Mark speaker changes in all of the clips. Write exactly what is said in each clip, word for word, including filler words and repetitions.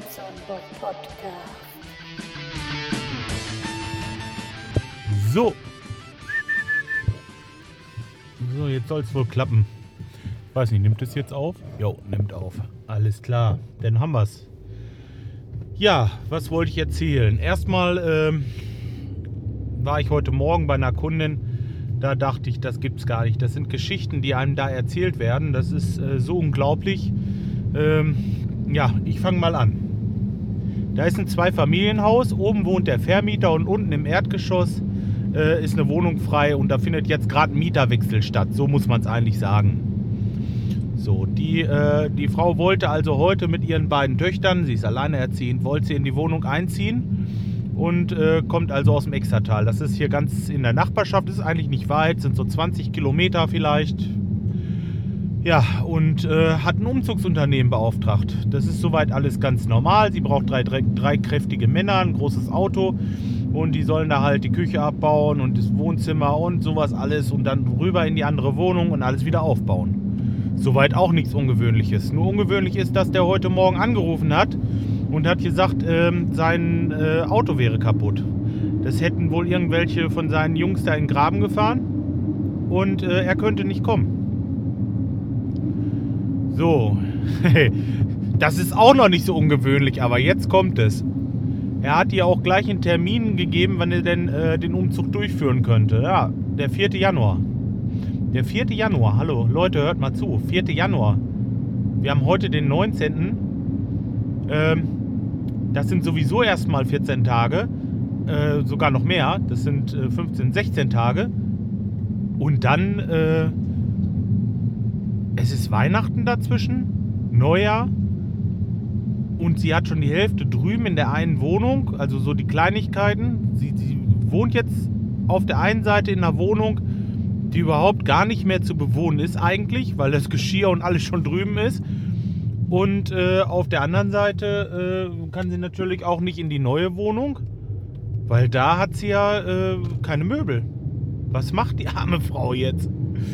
Speaker 1: Horizonbock Podcast.
Speaker 2: So. So, jetzt soll es wohl klappen. Ich weiß nicht, nimmt es jetzt auf? Jo, nimmt auf. Alles klar, dann haben wir es. Ja, was wollte ich erzählen? Erstmal ähm, war ich heute Morgen bei einer Kundin. Da dachte ich, das gibt's gar nicht. Das sind Geschichten, die einem da erzählt werden. Das ist äh, so unglaublich. Ähm, ja, ich fange mal an. Da ist ein Zweifamilienhaus. Oben wohnt der Vermieter und unten im Erdgeschoss äh, ist eine Wohnung frei. Und da findet jetzt gerade ein Mieterwechsel statt. So muss man es eigentlich sagen. So, die, äh, die Frau wollte also heute mit ihren beiden Töchtern, sie ist alleinerziehend, wollte sie in die Wohnung einziehen. Und äh, kommt also aus dem Extertal. Das ist hier ganz in der Nachbarschaft, ist eigentlich nicht weit, sind so zwanzig Kilometer vielleicht. Ja, und äh, hat ein Umzugsunternehmen beauftragt. Das ist soweit alles ganz normal. Sie braucht drei, drei, drei kräftige Männer, ein großes Auto. Und die sollen da halt die Küche abbauen und das Wohnzimmer und sowas alles. Und dann rüber in die andere Wohnung und alles wieder aufbauen. Soweit auch nichts Ungewöhnliches. Nur ungewöhnlich ist, dass der heute Morgen angerufen hat und hat gesagt, ähm, sein äh, Auto wäre kaputt. Das hätten wohl irgendwelche von seinen Jungs da in den Graben gefahren und äh, er könnte nicht kommen. So, das ist auch noch nicht so ungewöhnlich, aber jetzt kommt es. Er hat ihr auch gleich einen Termin gegeben, wann er denn äh, den Umzug durchführen könnte. Ja, der vierte Januar. Der vierte Januar, hallo Leute, hört mal zu, vierte Januar. Wir haben heute den neunzehnten Ähm, das sind sowieso erstmal vierzehn Tage, äh, sogar noch mehr, das sind äh, fünfzehn, sechzehn Tage. Und dann, äh, es ist Weihnachten dazwischen, Neujahr. Und sie hat schon die Hälfte drüben in der einen Wohnung, also so die Kleinigkeiten. Sie, sie wohnt jetzt auf der einen Seite in einer Wohnung, die überhaupt gar nicht mehr zu bewohnen ist eigentlich, weil das Geschirr und alles schon drüben ist. Und äh, auf der anderen Seite äh, kann sie natürlich auch nicht in die neue Wohnung, weil da hat sie ja äh, keine Möbel. Was macht die arme Frau jetzt?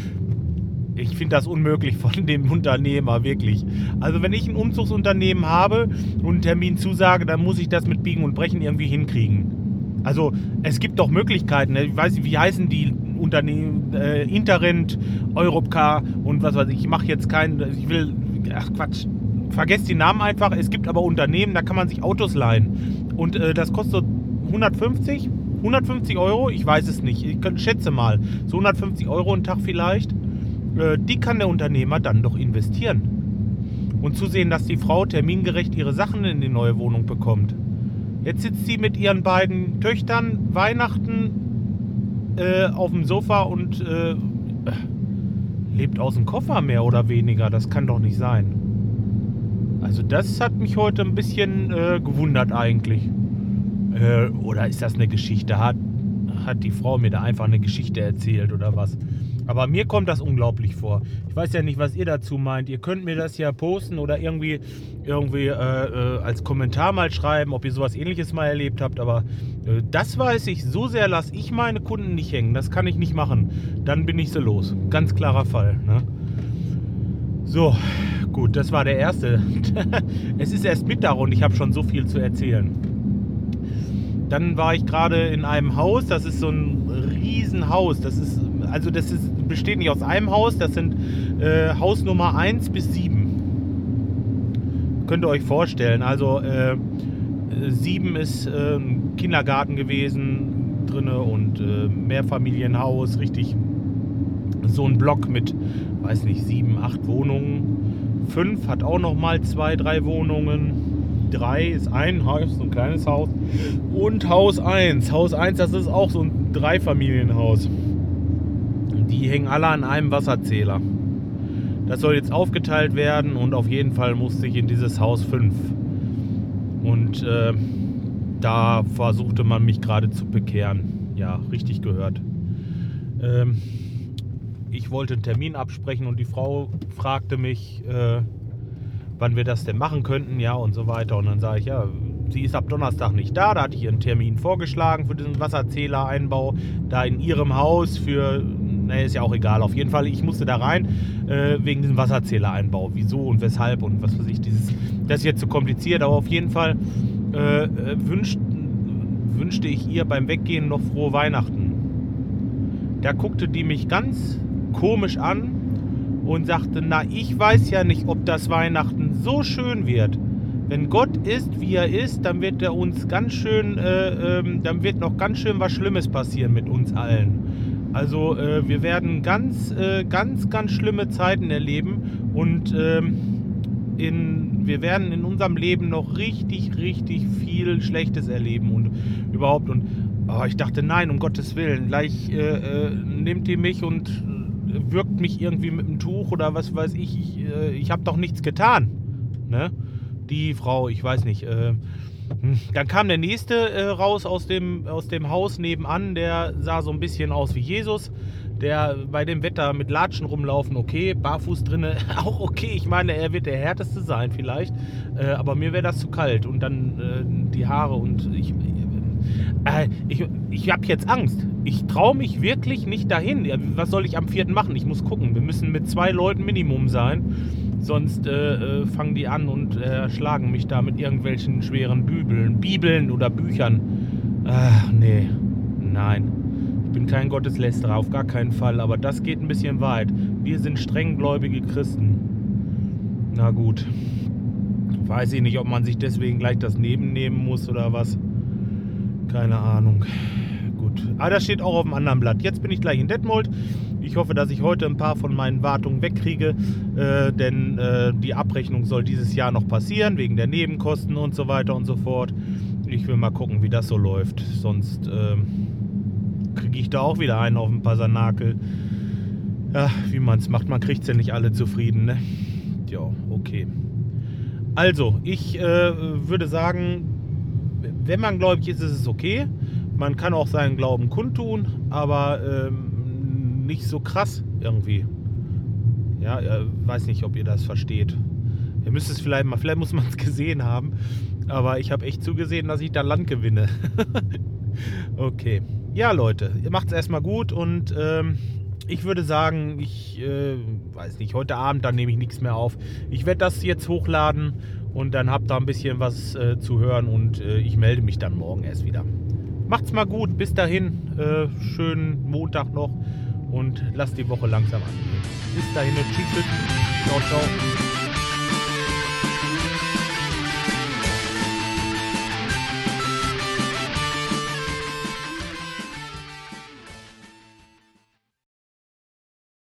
Speaker 2: Ich finde das unmöglich von dem Unternehmer, wirklich. Also wenn ich ein Umzugsunternehmen habe und einen Termin zusage, dann muss ich das mit Biegen und Brechen irgendwie hinkriegen. Also es gibt doch Möglichkeiten, ich weiß nicht, wie heißen die Unternehmen, äh, Interrent, Europcar und was weiß ich. Ich mache jetzt keinen, ich will, ach Quatsch, vergesst die Namen einfach. Es gibt aber Unternehmen, da kann man sich Autos leihen. Und äh, das kostet so hundertfünfzig Euro, ich weiß es nicht, ich schätze mal, so hundertfünfzig Euro einen Tag vielleicht. Äh, die kann der Unternehmer dann doch investieren. Und zusehen, dass die Frau termingerecht ihre Sachen in die neue Wohnung bekommt. Jetzt sitzt sie mit ihren beiden Töchtern Weihnachten äh, auf dem Sofa und äh, lebt aus dem Koffer mehr oder weniger. Das kann doch nicht sein. Also das hat mich heute ein bisschen äh, gewundert eigentlich. Äh, oder ist das eine Geschichte? Hat, hat die Frau mir da einfach eine Geschichte erzählt oder was? Aber mir kommt das unglaublich vor. Ich weiß ja nicht, was ihr dazu meint. Ihr könnt mir das ja posten oder irgendwie, irgendwie äh, äh, als Kommentar mal schreiben, ob ihr sowas Ähnliches mal erlebt habt. Aber äh, das weiß ich, so sehr lasse ich meine Kunden nicht hängen. Das kann ich nicht machen. Dann bin ich so los. Ganz klarer Fall. Ne? So, gut, das war der erste. Es ist erst Mittag und ich habe schon so viel zu erzählen. Dann war ich gerade in einem Haus. Das ist so ein Riesenhaus. Das ist, also das ist, besteht nicht aus einem Haus. Das sind äh, Haus Nummer eins bis sieben. Könnt ihr euch vorstellen. Also äh, sieben ist äh, ein Kindergarten gewesen drinne und äh, Mehrfamilienhaus, richtig so ein Block mit, weiß nicht, sieben, acht Wohnungen. Fünf hat auch noch mal zwei, drei Wohnungen. Drei ist ein Haus, so ein kleines Haus. Und Haus eins. Haus eins, das ist auch so ein Dreifamilienhaus. Die hängen alle an einem Wasserzähler. Das soll jetzt aufgeteilt werden und auf jeden Fall musste ich in dieses Haus fünf. Und äh, da versuchte man mich gerade zu bekehren. Ja, richtig gehört. Ähm, ich wollte einen Termin absprechen und die Frau fragte mich, äh, wann wir das denn machen könnten, ja, und so weiter. Und dann sage ich, ja, sie ist ab Donnerstag nicht da. Da hatte ich ihren Termin vorgeschlagen für diesen Wasserzählereinbau. Da in ihrem Haus für Ne, ist ja auch egal. Auf jeden Fall, ich musste da rein, äh, wegen diesem Wasserzählereinbau. Wieso und weshalb und was weiß ich. Dieses, das ist jetzt zu kompliziert, aber auf jeden Fall äh, wünscht, wünschte ich ihr beim Weggehen noch frohe Weihnachten. Da guckte die mich ganz komisch an und sagte, na, ich weiß ja nicht, ob das Weihnachten so schön wird. Wenn Gott ist, wie er ist, dann wird er uns ganz schön, äh, ähm, dann wird noch ganz schön was Schlimmes passieren mit uns allen. Also äh, wir werden ganz, äh, ganz, ganz schlimme Zeiten erleben und ähm, in, wir werden in unserem Leben noch richtig, richtig viel Schlechtes erleben und überhaupt. Und oh, ich dachte, nein, um Gottes Willen, gleich äh, äh, nimmt ihr mich und äh, wirkt mich irgendwie mit dem Tuch oder was weiß ich. Ich, äh, ich habe doch nichts getan. Ne? Die Frau, ich weiß nicht. Äh, Dann kam der nächste äh, raus aus dem, aus dem Haus nebenan, der sah so ein bisschen aus wie Jesus. Der bei dem Wetter mit Latschen rumlaufen, okay, barfuß drinne, auch okay. Ich meine, er wird der härteste sein vielleicht, äh, aber mir wäre das zu kalt. Und dann äh, die Haare und ich, äh, ich, ich habe jetzt Angst. Ich traue mich wirklich nicht dahin. Ja, was soll ich am vierten machen? Ich muss gucken. Wir müssen mit zwei Leuten Minimum sein. Sonst äh, äh, fangen die an und äh, schlagen mich da mit irgendwelchen schweren Bibeln, Bibeln oder Büchern. Ach, nee, nein. Ich bin kein Gotteslästerer, auf gar keinen Fall. Aber das geht ein bisschen weit. Wir sind strenggläubige Christen. Na gut. Weiß ich nicht, ob man sich deswegen gleich das Neben nehmen muss oder was. Keine Ahnung. Gut. Aber das steht auch auf dem anderen Blatt. Jetzt bin ich gleich in Detmold. Ich hoffe, dass ich heute ein paar von meinen Wartungen wegkriege, äh, denn äh, die Abrechnung soll dieses Jahr noch passieren, wegen der Nebenkosten und so weiter und so fort. Ich will mal gucken, wie das so läuft. Sonst äh, kriege ich da auch wieder einen auf den Pasanakel. Ja, wie man es macht, man kriegt es ja nicht alle zufrieden, ne? Ja, okay. Also, ich äh, würde sagen, wenn man gläubig ist, ist es okay. Man kann auch seinen Glauben kundtun, aber ähm, nicht so krass irgendwie. Ja, äh, weiß nicht, ob ihr das versteht. Ihr müsst es vielleicht mal, vielleicht muss man es gesehen haben, aber ich habe echt zugesehen, dass ich da Land gewinne. Okay. Ja, Leute, ihr macht es erstmal gut und ähm, ich würde sagen, ich äh, weiß nicht, heute Abend, dann nehme ich nichts mehr auf. Ich werde das jetzt hochladen und dann habt ihr ein bisschen was äh, zu hören und äh, ich melde mich dann morgen erst wieder. Macht's mal gut, bis dahin, äh, schönen Montag noch und lasst die Woche langsam angehen. Bis dahin, tschüss, ciao, ciao.